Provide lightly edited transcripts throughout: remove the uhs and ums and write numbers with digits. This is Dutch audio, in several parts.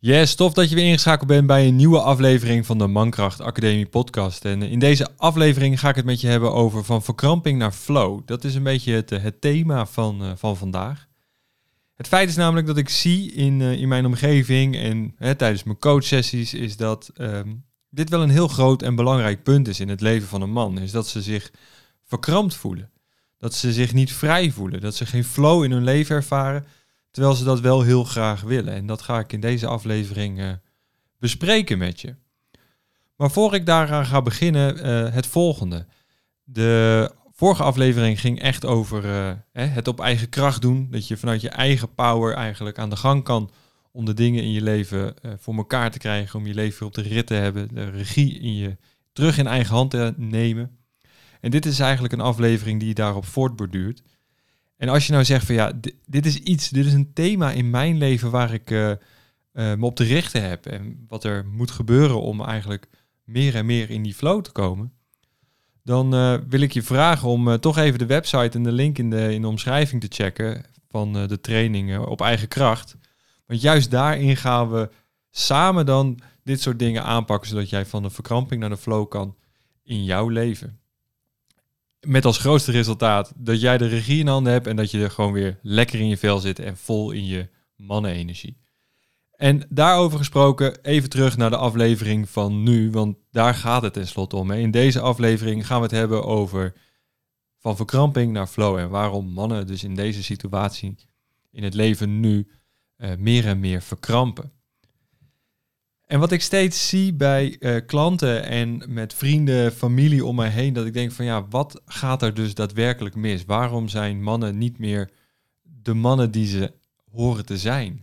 Yes, tof dat je weer ingeschakeld bent bij een nieuwe aflevering van de Mankracht Academie podcast. En in deze aflevering ga ik het met je hebben over van verkramping naar flow. Dat is een beetje het thema van vandaag. Het feit is namelijk dat ik zie in mijn omgeving en tijdens mijn coachsessies is dat dit wel een heel groot en belangrijk punt is in het leven van een man. Is dat ze zich verkrampt voelen. Dat ze zich niet vrij voelen. Dat ze geen flow in hun leven ervaren. Terwijl ze dat wel heel graag willen. En dat ga ik in deze aflevering bespreken met je. Maar voor ik daaraan ga beginnen, het volgende. De vorige aflevering ging echt over het op eigen kracht doen. Dat je vanuit je eigen power eigenlijk aan de gang kan om de dingen in je leven voor elkaar te krijgen. Om je leven weer op de rit te hebben. De regie terug in eigen hand te nemen. En dit is eigenlijk een aflevering die daarop voortborduurt. En als je nou zegt van ja, dit is een thema in mijn leven waar ik me op te richten heb. En wat er moet gebeuren om eigenlijk meer en meer in die flow te komen. Dan wil ik je vragen om toch even de website en de link in de omschrijving te checken van de trainingen op eigen kracht. Want juist daarin gaan we samen dan dit soort dingen aanpakken, zodat jij van de verkramping naar de flow kan in jouw leven. Met als grootste resultaat dat jij de regie in handen hebt en dat je er gewoon weer lekker in je vel zit en vol in je mannenenergie. En daarover gesproken, even terug naar de aflevering van nu, want daar gaat het tenslotte om. In deze aflevering gaan we het hebben over van verkramping naar flow en waarom mannen dus in deze situatie in het leven nu meer en meer verkrampen. En wat ik steeds zie bij klanten en met vrienden, familie om mij heen, dat ik denk van ja, wat gaat er dus daadwerkelijk mis? Waarom zijn mannen niet meer de mannen die ze horen te zijn?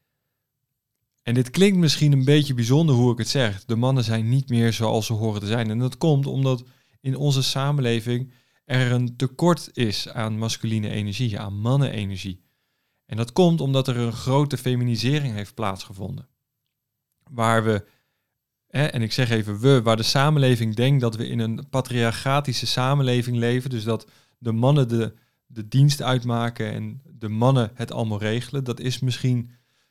En dit klinkt misschien een beetje bijzonder hoe ik het zeg. De mannen zijn niet meer zoals ze horen te zijn. En dat komt omdat in onze samenleving er een tekort is aan masculine energie, aan mannenenergie. En dat komt omdat er een grote feminisering heeft plaatsgevonden. Waar we, en ik zeg even waar de samenleving denkt dat we in een patriarchatische samenleving leven. Dus dat de mannen de dienst uitmaken en de mannen het allemaal regelen. Dat is misschien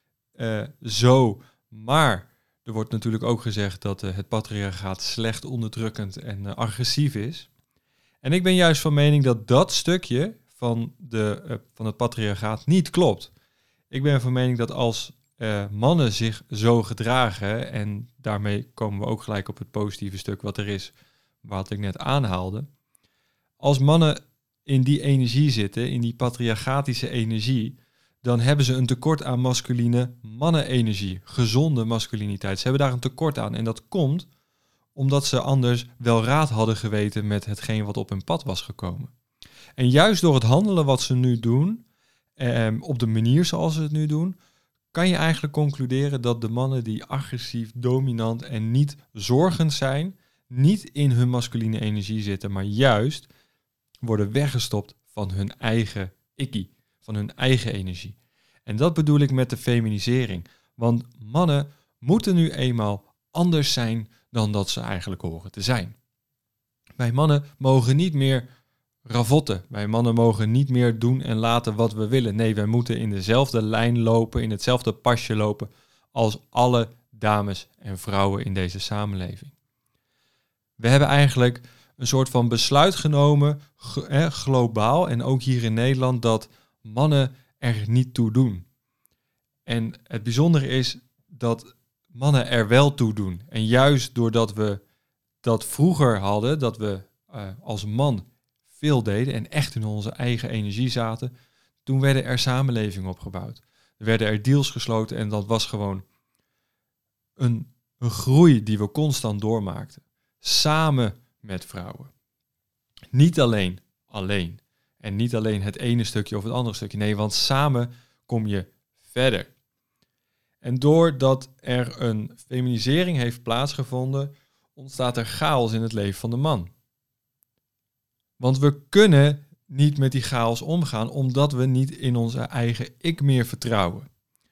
zo, maar er wordt natuurlijk ook gezegd dat het patriarchaat slecht, onderdrukkend en agressief is. En ik ben juist van mening dat dat stukje van het patriarchaat niet klopt. Ik ben van mening dat als mannen zich zo gedragen, en daarmee komen we ook gelijk op het positieve stuk wat er is, wat ik net aanhaalde. Als mannen in die energie zitten, in die patriarchatische energie, dan hebben ze een tekort aan masculine mannenenergie, gezonde masculiniteit. Ze hebben daar een tekort aan en dat komt omdat ze anders wel raad hadden geweten met hetgeen wat op hun pad was gekomen. En juist door het handelen wat ze nu doen, op de manier zoals ze het nu doen, kan je eigenlijk concluderen dat de mannen die agressief, dominant en niet zorgend zijn, niet in hun masculine energie zitten, maar juist worden weggestopt van hun eigen ikkie, van hun eigen energie. En dat bedoel ik met de feminisering. Want mannen moeten nu eenmaal anders zijn dan dat ze eigenlijk horen te zijn. Wij mannen mogen niet meer ravotten. Wij mannen mogen niet meer doen en laten wat we willen. Nee, wij moeten in dezelfde lijn lopen, in hetzelfde pasje lopen als alle dames en vrouwen in deze samenleving. We hebben eigenlijk een soort van besluit genomen, globaal en ook hier in Nederland, dat mannen er niet toe doen. En het bijzondere is dat mannen er wel toe doen. En juist doordat we dat vroeger hadden, dat we als man veel deden en echt in onze eigen energie zaten, toen werden er samenlevingen opgebouwd. Er werden er deals gesloten en dat was gewoon een groei die we constant doormaakten. Samen met vrouwen. Niet alleen. En niet alleen het ene stukje of het andere stukje. Nee, want samen kom je verder. En doordat er een feminisering heeft plaatsgevonden, ontstaat er chaos in het leven van de man. Want we kunnen niet met die chaos omgaan, omdat we niet in onze eigen ik meer vertrouwen.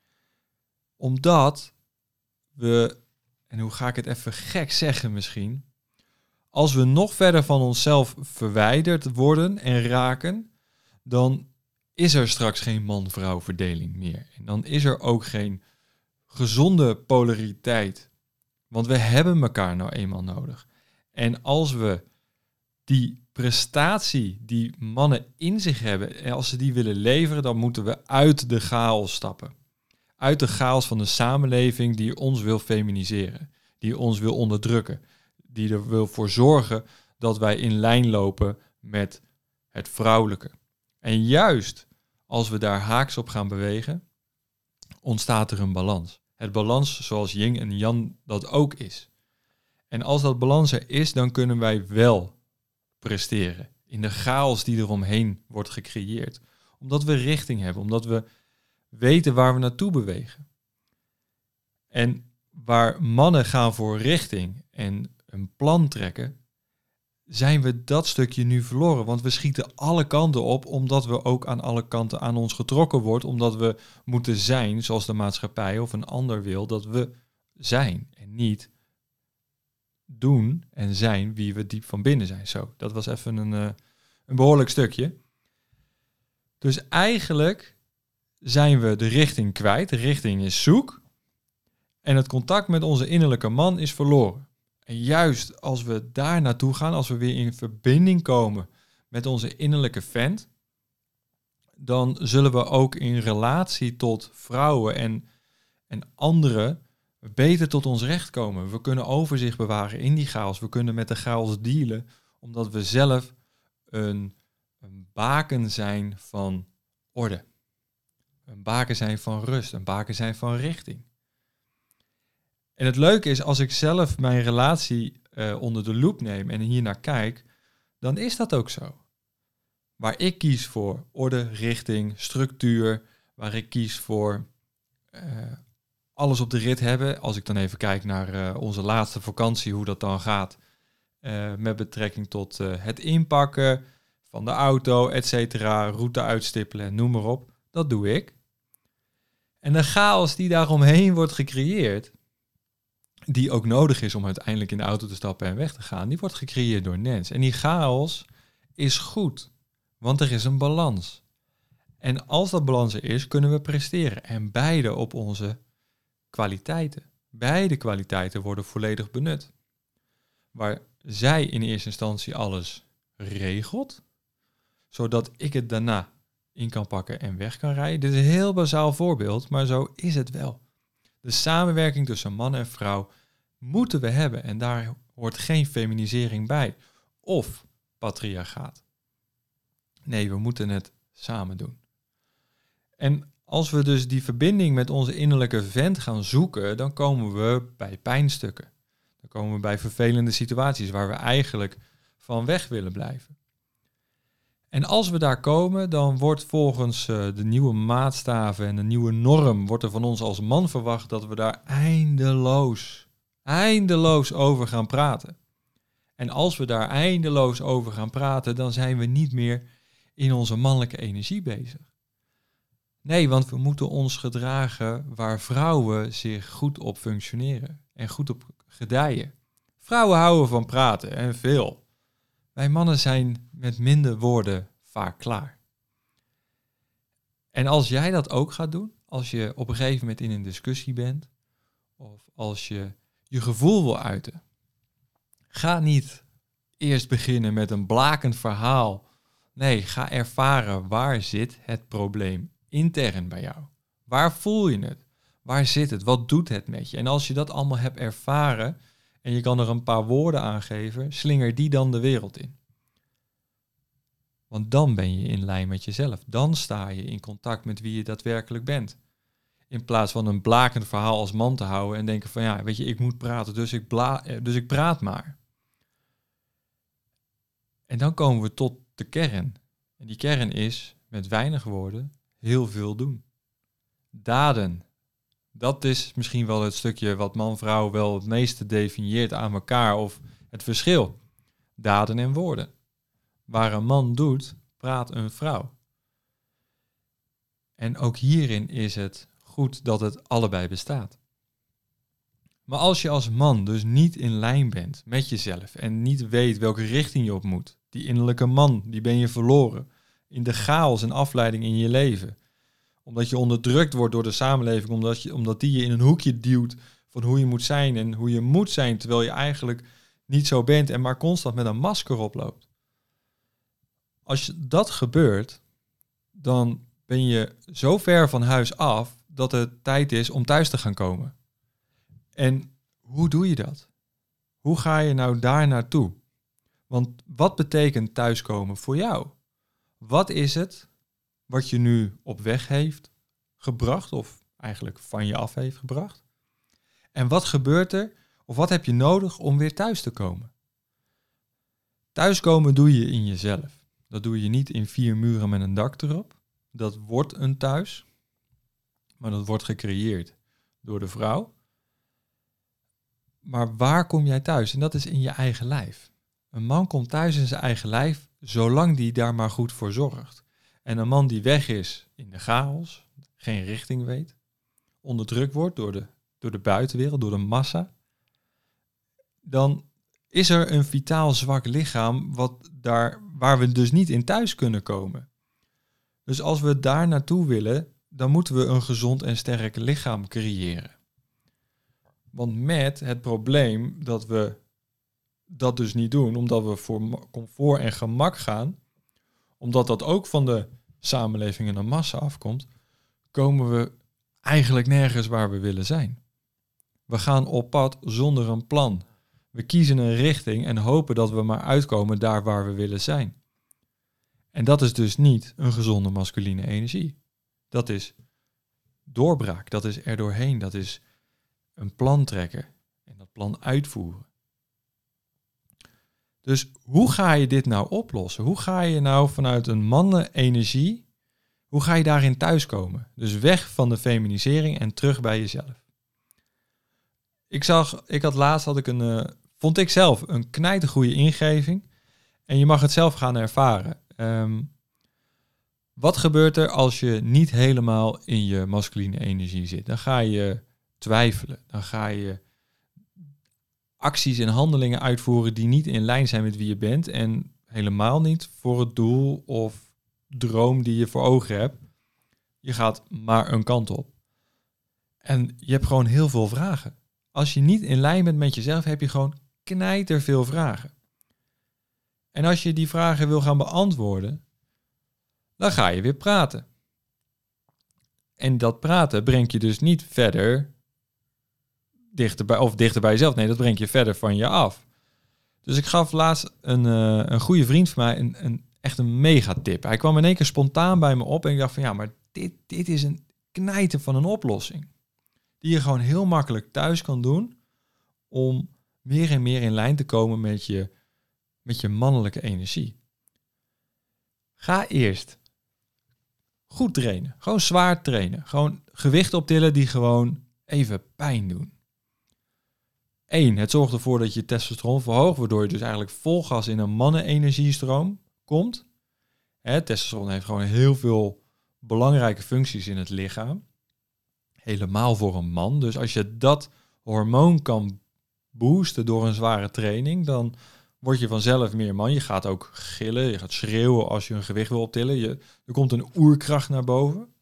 Omdat we, en hoe ga ik het even gek zeggen misschien, als we nog verder van onszelf verwijderd worden en raken, dan is er straks geen man-vrouw verdeling meer. En dan is er ook geen gezonde polariteit. Want we hebben elkaar nou eenmaal nodig. En als we die prestatie die mannen in zich hebben, en als ze die willen leveren, dan moeten we uit de chaos stappen. Uit de chaos van een samenleving die ons wil feminiseren, die ons wil onderdrukken, die er wil voor zorgen dat wij in lijn lopen met het vrouwelijke. En juist als we daar haaks op gaan bewegen, ontstaat er een balans. Het balans zoals Yin en Yang dat ook is. En als dat balans er is, dan kunnen wij wel presteren in de chaos die eromheen wordt gecreëerd. Omdat we richting hebben, omdat we weten waar we naartoe bewegen. En waar mannen gaan voor richting en een plan trekken, zijn we dat stukje nu verloren. Want we schieten alle kanten op, omdat we ook aan alle kanten aan ons getrokken wordt, omdat we moeten zijn zoals de maatschappij of een ander wil dat we zijn. En niet doen en zijn wie we diep van binnen zijn. Zo, dat was even een behoorlijk stukje. Dus eigenlijk zijn we de richting kwijt. De richting is zoek. En het contact met onze innerlijke man is verloren. En juist als we daar naartoe gaan, als we weer in verbinding komen met onze innerlijke vent, dan zullen we ook in relatie tot vrouwen en anderen beter tot ons recht komen. We kunnen overzicht bewaren in die chaos. We kunnen met de chaos dealen, omdat we zelf een baken zijn van orde. Een baken zijn van rust, een baken zijn van richting. En het leuke is, als ik zelf mijn relatie onder de loep neem en hiernaar kijk, dan is dat ook zo. Waar ik kies voor orde, richting, structuur, waar ik kies voor alles op de rit hebben. Als ik dan even kijk naar onze laatste vakantie, hoe dat dan gaat, met betrekking tot het inpakken van de auto, et cetera, route uitstippelen, noem maar op. Dat doe ik. En de chaos die daaromheen wordt gecreëerd, die ook nodig is om uiteindelijk in de auto te stappen en weg te gaan, die wordt gecreëerd door Nens. En die chaos is goed, want er is een balans. En als dat balans er is, kunnen we presteren. En beide op onze kwaliteiten. Beide kwaliteiten worden volledig benut. Waar zij in eerste instantie alles regelt, zodat ik het daarna in kan pakken en weg kan rijden. Dit is een heel bazaal voorbeeld, maar zo is het wel. De samenwerking tussen man en vrouw moeten we hebben en daar hoort geen feminisering bij of patriarchaat. Nee, we moeten het samen doen. En als we dus die verbinding met onze innerlijke vent gaan zoeken, dan komen we bij pijnstukken. Dan komen we bij vervelende situaties waar we eigenlijk van weg willen blijven. En als we daar komen, dan wordt volgens de nieuwe maatstaven en de nieuwe norm, wordt er van ons als man verwacht dat we daar eindeloos over gaan praten. En als we daar eindeloos over gaan praten, dan zijn we niet meer in onze mannelijke energie bezig. Nee, want we moeten ons gedragen waar vrouwen zich goed op functioneren en goed op gedijen. Vrouwen houden van praten en veel. Wij mannen zijn met minder woorden vaak klaar. En als jij dat ook gaat doen, als je op een gegeven moment in een discussie bent, of als je je gevoel wil uiten, ga niet eerst beginnen met een blakend verhaal. Nee, ga ervaren waar zit het probleem intern bij jou. Waar voel je het? Waar zit het? Wat doet het met je? En als je dat allemaal hebt ervaren en je kan er een paar woorden aan geven, slinger die dan de wereld in. Want dan ben je in lijn met jezelf. Dan sta je in contact met wie je daadwerkelijk bent. In plaats van een blakend verhaal als man te houden en denken van ja, weet je, ik moet praten, dus ik praat maar. En dan komen we tot de kern. En die kern is, met weinig woorden, heel veel doen. Daden. Dat is misschien wel het stukje wat man-vrouw wel het meeste definieert aan elkaar of het verschil. Daden en woorden. Waar een man doet, praat een vrouw. En ook hierin is het goed dat het allebei bestaat. Maar als je als man dus niet in lijn bent met jezelf en niet weet welke richting je op moet, die innerlijke man, die ben je verloren in de chaos en afleiding in je leven, Omdat je onderdrukt wordt door de samenleving, omdat die je in een hoekje duwt van hoe je moet zijn en hoe je moet zijn, terwijl je eigenlijk niet zo bent en maar constant met een masker oploopt. Als dat gebeurt, dan ben je zo ver van huis af dat het tijd is om thuis te gaan komen. En hoe doe je dat? Hoe ga je nou daar naartoe? Want wat betekent thuiskomen voor jou? Wat is het wat je nu op weg heeft gebracht of eigenlijk van je af heeft gebracht? En wat gebeurt er of wat heb je nodig om weer thuis te komen? Thuiskomen doe je in jezelf. Dat doe je niet in 4 muren met een dak erop. Dat wordt een thuis, maar dat wordt gecreëerd door de vrouw. Maar waar kom jij thuis? En dat is in je eigen lijf. Een man komt thuis in zijn eigen lijf, zolang die daar maar goed voor zorgt. En een man die weg is in de chaos, geen richting weet, onderdrukt wordt door de buitenwereld, door de massa, dan is er een vitaal zwak lichaam waar we dus niet in thuis kunnen komen. Dus als we daar naartoe willen, dan moeten we een gezond en sterk lichaam creëren. Want met het probleem dat we dat dus niet doen, omdat we voor comfort en gemak gaan, omdat dat ook van de samenleving en de massa afkomt, komen we eigenlijk nergens waar we willen zijn. We gaan op pad zonder een plan. We kiezen een richting en hopen dat we maar uitkomen daar waar we willen zijn. En dat is dus niet een gezonde masculine energie. Dat is doorbraak, dat is er doorheen, dat is een plan trekken en dat plan uitvoeren. Dus hoe ga je dit nou oplossen? Hoe ga je nou vanuit een mannenenergie, hoe ga je daarin thuiskomen? Dus weg van de feminisering en terug bij jezelf. Vond ik zelf een knijtergoeie ingeving. En je mag het zelf gaan ervaren. Wat gebeurt er als je niet helemaal in je masculine energie zit? Dan ga je twijfelen. Dan ga je acties en handelingen uitvoeren die niet in lijn zijn met wie je bent. En helemaal niet voor het doel of droom die je voor ogen hebt. Je gaat maar een kant op. En je hebt gewoon heel veel vragen. Als je niet in lijn bent met jezelf, heb je gewoon knijterveel vragen. En als je die vragen wil gaan beantwoorden, dan ga je weer praten. En dat praten brengt je dus niet verder dichter bij jezelf. Nee, dat brengt je verder van je af. Dus ik gaf laatst een goede vriend van mij echt een megatip. Hij kwam in één keer spontaan bij me op en ik dacht van ja, maar dit is een knijter van een oplossing. Die je gewoon heel makkelijk thuis kan doen om meer en meer in lijn te komen met je mannelijke energie. Ga eerst goed trainen. Gewoon zwaar trainen. Gewoon gewicht optillen die gewoon even pijn doen. 1. Het zorgt ervoor dat je testosteron verhoogt, waardoor je dus eigenlijk vol gas in een mannenenergiestroom komt. Testosteron heeft gewoon heel veel belangrijke functies in het lichaam. Helemaal voor een man. Dus als je dat hormoon kan boosten door een zware training, dan word je vanzelf meer man. Je gaat ook gillen, je gaat schreeuwen als je een gewicht wil optillen. Er komt een oerkracht naar boven.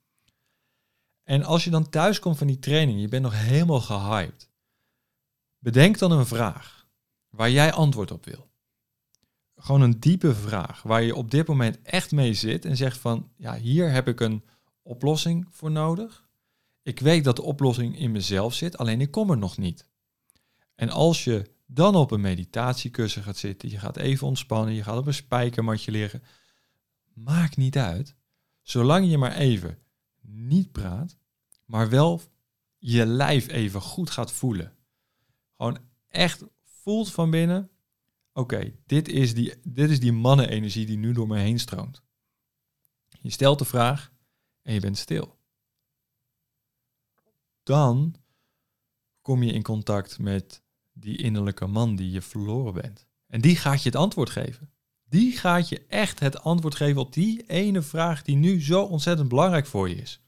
En als je dan thuis komt van die training, je bent nog helemaal gehyped. Bedenk dan een vraag waar jij antwoord op wil. Gewoon een diepe vraag waar je op dit moment echt mee zit en zegt van, ja, hier heb ik een oplossing voor nodig. Ik weet dat de oplossing in mezelf zit, alleen ik kom er nog niet. En als je dan op een meditatiekussen gaat zitten, je gaat even ontspannen, je gaat op een spijkermatje liggen, maakt niet uit. Zolang je maar even niet praat, maar wel je lijf even goed gaat voelen. Gewoon echt voelt van binnen, oké, dit is die mannenenergie die nu door me heen stroomt. Je stelt de vraag en je bent stil. Dan kom je in contact met die innerlijke man die je verloren bent. En die gaat je het antwoord geven. Die gaat je echt het antwoord geven op die ene vraag die nu zo ontzettend belangrijk voor je is.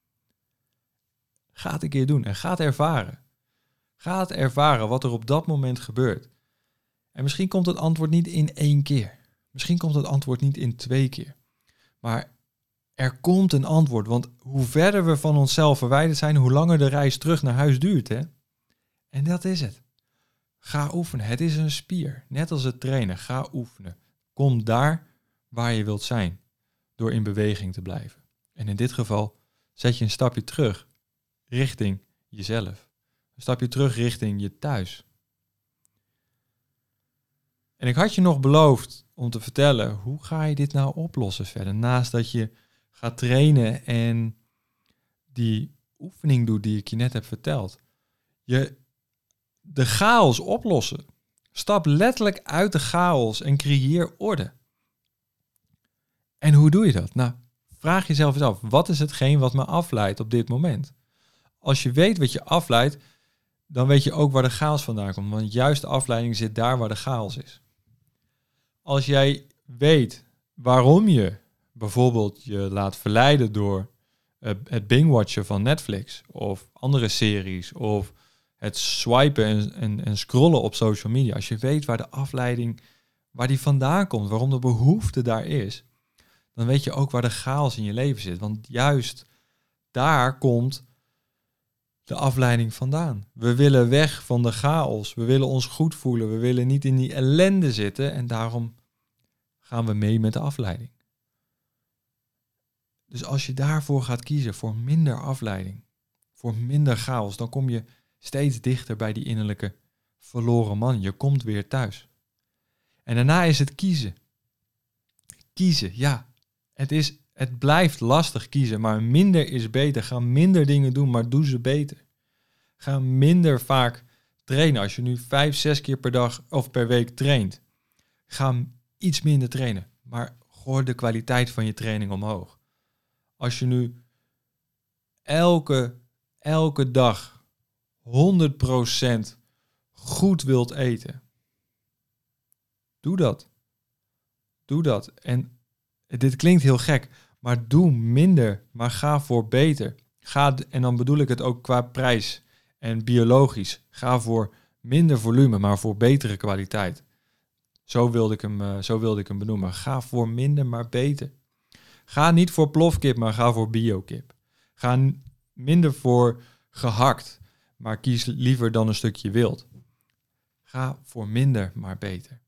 Ga het een keer doen en ga het ervaren. Ga het ervaren wat er op dat moment gebeurt. En misschien komt het antwoord niet in 1 keer. Misschien komt het antwoord niet in 2 keer. Maar Er komt een antwoord, want hoe verder we van onszelf verwijderd zijn, hoe langer de reis terug naar huis duurt. Hè? En dat is het. Ga oefenen. Het is een spier. Net als het trainen. Ga oefenen. Kom daar waar je wilt zijn. Door in beweging te blijven. En in dit geval zet je een stapje terug richting jezelf. Een stapje terug richting je thuis. En ik had je nog beloofd om te vertellen, hoe ga je dit nou oplossen verder? Naast dat je gaat trainen en die oefening doet die ik je net heb verteld. De chaos oplossen. Stap letterlijk uit de chaos en creëer orde. En hoe doe je dat? Nou, vraag jezelf eens af, wat is hetgeen wat me afleidt op dit moment? Als je weet wat je afleidt, dan weet je ook waar de chaos vandaan komt. Want juist de afleiding zit daar waar de chaos is. Als jij weet waarom je bijvoorbeeld je laat verleiden door het binge-watchen van Netflix of andere series of het swipen en scrollen op social media. Als je weet waar de afleiding, waar die vandaan komt, waarom de behoefte daar is, dan weet je ook waar de chaos in je leven zit. Want juist daar komt de afleiding vandaan. We willen weg van de chaos. We willen ons goed voelen. We willen niet in die ellende zitten en daarom gaan we mee met de afleiding. Dus als je daarvoor gaat kiezen, voor minder afleiding, voor minder chaos, dan kom je steeds dichter bij die innerlijke verloren man. Je komt weer thuis. En daarna is het kiezen. Kiezen, ja. Het blijft lastig kiezen, maar minder is beter. Ga minder dingen doen, maar doe ze beter. Ga minder vaak trainen. Als je nu 5-6 keer per dag of per week traint, ga iets minder trainen. Maar gooi de kwaliteit van je training omhoog. Als je nu elke dag 100% goed wilt eten, doe dat. Doe dat. En dit klinkt heel gek, maar doe minder, maar ga voor beter. En dan bedoel ik het ook qua prijs en biologisch. Ga voor minder volume, maar voor betere kwaliteit. Zo wilde ik hem benoemen. Ga voor minder, maar beter. Ga niet voor plofkip, maar ga voor biokip. Ga minder voor gehakt, maar kies liever dan een stukje wild. Ga voor minder, maar beter.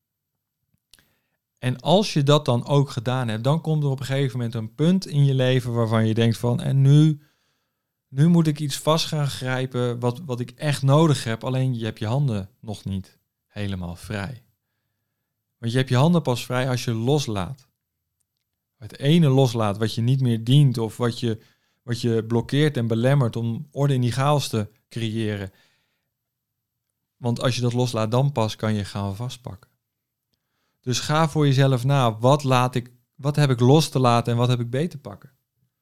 En als je dat dan ook gedaan hebt, dan komt er op een gegeven moment een punt in je leven waarvan je denkt van, en nu moet ik iets vast gaan grijpen wat ik echt nodig heb. Alleen je hebt je handen nog niet helemaal vrij. Want je hebt je handen pas vrij als je loslaat. Het ene loslaat wat je niet meer dient of wat je blokkeert en belemmert om orde in die chaos te creëren. Want als je dat loslaat, dan pas kan je gaan vastpakken. Dus ga voor jezelf na. Wat heb ik los te laten en wat heb ik beter te pakken?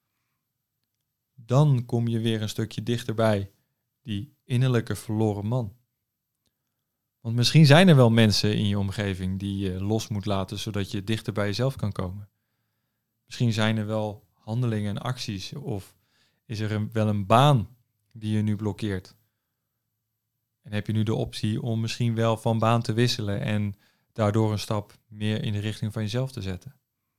Dan kom je weer een stukje dichterbij die innerlijke verloren man. Want misschien zijn er wel mensen in je omgeving die je los moet laten, zodat je dichter bij jezelf kan komen. Misschien zijn er wel handelingen en acties of is er wel een baan die je nu blokkeert. En heb je nu de optie om misschien wel van baan te wisselen en daardoor een stap meer in de richting van jezelf te zetten.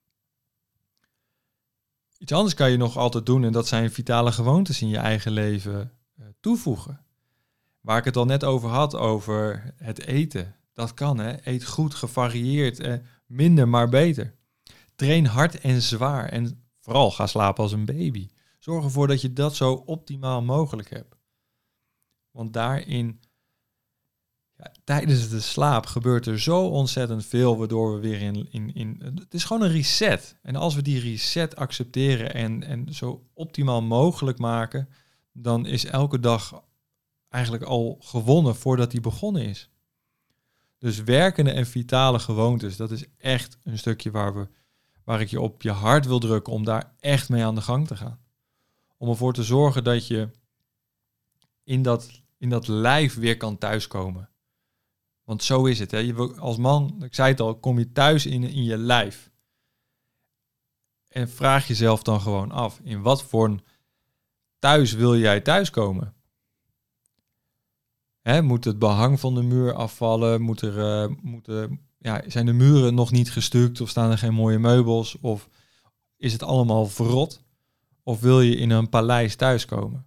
Iets anders kan je nog altijd doen en dat zijn vitale gewoontes in je eigen leven toevoegen. Waar ik het al net over had, over het eten. Dat kan, hè. Eet goed, gevarieerd, minder maar beter. Train hard en zwaar en vooral ga slapen als een baby. Zorg ervoor dat je dat zo optimaal mogelijk hebt. Want daarin, tijdens de slaap gebeurt er zo ontzettend veel, waardoor we weer in het is gewoon een reset. En als we die reset accepteren en zo optimaal mogelijk maken, dan is elke dag eigenlijk al gewonnen voordat die begonnen is. Dus werkende en vitale gewoontes, dat is echt een stukje waar ik je op je hart wil drukken om daar echt mee aan de gang te gaan. Om ervoor te zorgen dat je in dat lijf weer kan thuiskomen. Want zo is het. Hè? Als man, ik zei het al, kom je thuis in je lijf. En vraag jezelf dan gewoon af, in wat voor een thuis wil jij thuiskomen? Moet het behang van de muur afvallen? Zijn de muren nog niet gestuukt of staan er geen mooie meubels? Of is het allemaal verrot? Of wil je in een paleis thuiskomen?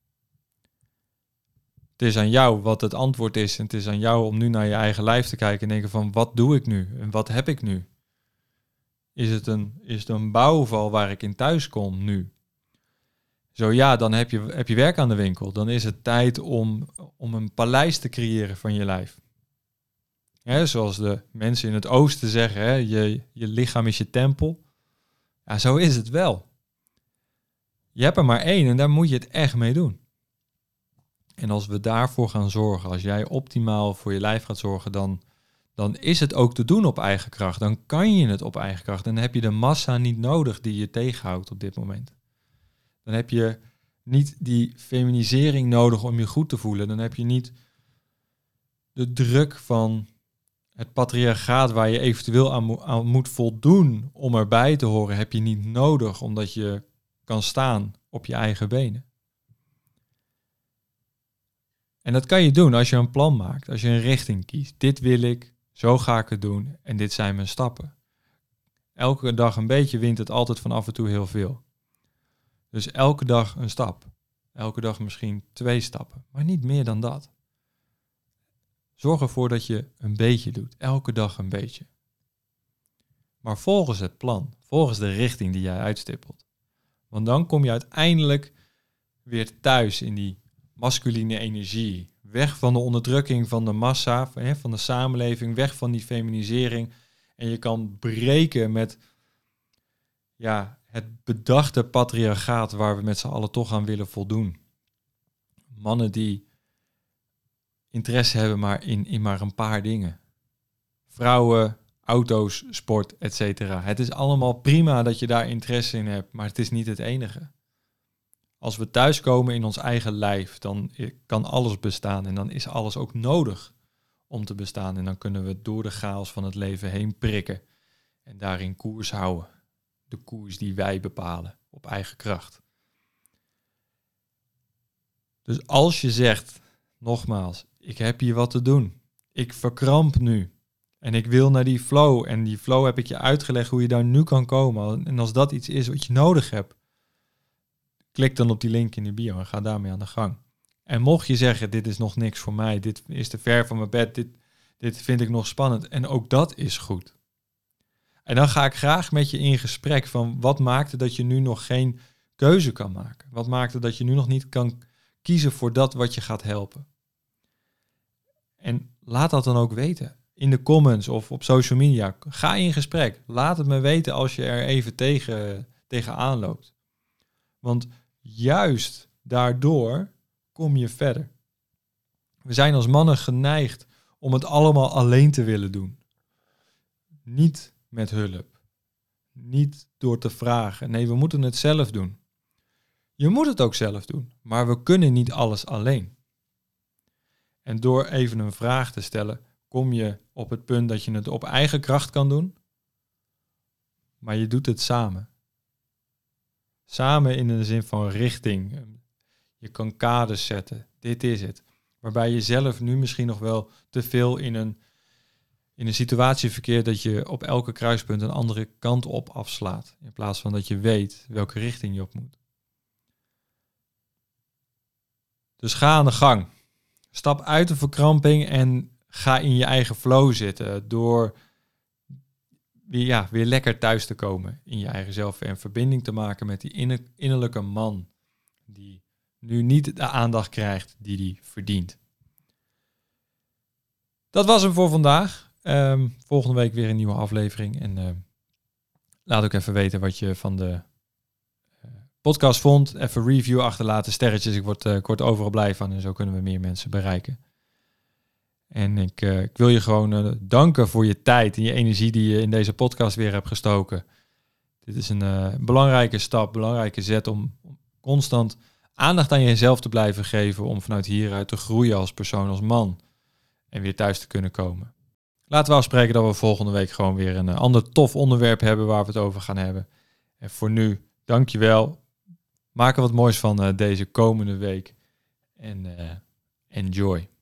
Het is aan jou wat het antwoord is. En het is aan jou om nu naar je eigen lijf te kijken en denken van, wat doe ik nu? En wat heb ik nu? Is het een bouwval waar ik in thuis kom nu? Zo ja, dan heb je werk aan de winkel. Dan is het tijd om een paleis te creëren van je lijf. Zoals de mensen in het oosten zeggen, je lichaam is je tempel. Ja, zo is het wel. Je hebt er maar één en daar moet je het echt mee doen. En als we daarvoor gaan zorgen, als jij optimaal voor je lijf gaat zorgen, dan is het ook te doen op eigen kracht. Dan kan je het op eigen kracht. Dan heb je de massa niet nodig die je tegenhoudt op dit moment. Dan heb je niet die feminisering nodig om je goed te voelen. Dan heb je niet de druk van het patriarchaat waar je eventueel aan moet voldoen om erbij te horen, heb je niet nodig omdat je kan staan op je eigen benen. En dat kan je doen als je een plan maakt, als je een richting kiest. Dit wil ik, zo ga ik het doen en dit zijn mijn stappen. Elke dag een beetje wint het altijd van af en toe heel veel. Dus elke dag een stap. Elke dag misschien 2 stappen, maar niet meer dan dat. Zorg ervoor dat je een beetje doet. Elke dag een beetje. Maar volgens het plan. Volgens de richting die jij uitstippelt. Want dan kom je uiteindelijk weer thuis in die masculine energie. Weg van de onderdrukking van de massa, van de samenleving. Weg van die feminisering. En je kan breken met het bedachte patriarchaat waar we met z'n allen toch aan willen voldoen. Mannen die interesse hebben maar in maar een paar dingen. Vrouwen, auto's, sport, etc. Het is allemaal prima dat je daar interesse in hebt, maar het is niet het enige. Als we thuiskomen in ons eigen lijf, dan kan alles bestaan en dan is alles ook nodig om te bestaan. En dan kunnen we door de chaos van het leven heen prikken en daarin koers houden. De koers die wij bepalen op eigen kracht. Dus als je zegt, nogmaals, ik heb hier wat te doen. Ik verkramp nu. En ik wil naar die flow. En die flow heb ik je uitgelegd hoe je daar nu kan komen. En als dat iets is wat je nodig hebt, klik dan op die link in de bio en ga daarmee aan de gang. En mocht je zeggen, dit is nog niks voor mij, dit is te ver van mijn bed, dit vind ik nog spannend. En ook dat is goed. En dan ga ik graag met je in gesprek van wat maakt het dat je nu nog geen keuze kan maken? Wat maakt het dat je nu nog niet kan kiezen voor dat wat je gaat helpen? En laat dat dan ook weten. In de comments of op social media. Ga in gesprek. Laat het me weten als je er even tegenaan loopt. Want juist daardoor kom je verder. We zijn als mannen geneigd om het allemaal alleen te willen doen. Niet met hulp. Niet door te vragen. Nee, we moeten het zelf doen. Je moet het ook zelf doen. Maar we kunnen niet alles alleen. En door even een vraag te stellen, kom je op het punt dat je het op eigen kracht kan doen. Maar je doet het samen. Samen in de zin van richting. Je kan kaders zetten. Dit is het. Waarbij je zelf nu misschien nog wel te veel in een situatie verkeert dat je op elke kruispunt een andere kant op afslaat. In plaats van dat je weet welke richting je op moet. Dus ga aan de gang. Stap uit de verkramping en ga in je eigen flow zitten. Door weer lekker thuis te komen in je eigen zelf. En verbinding te maken met die innerlijke man. Die nu niet de aandacht krijgt die hij verdient. Dat was hem voor vandaag. Volgende week weer een nieuwe aflevering. En laat ook even weten wat je van de podcast vond. Even review achterlaten, sterretjes. Ik word overal blij van en zo kunnen we meer mensen bereiken. En ik wil je gewoon danken voor je tijd en je energie die je in deze podcast weer hebt gestoken. Dit is een belangrijke stap, belangrijke zet om constant aandacht aan jezelf te blijven geven. Om vanuit hieruit te groeien als persoon, als man. En weer thuis te kunnen komen. Laten we afspreken dat we volgende week gewoon weer een ander tof onderwerp hebben waar we het over gaan hebben. En voor nu, dankjewel. Maak er wat moois van deze komende week. En enjoy.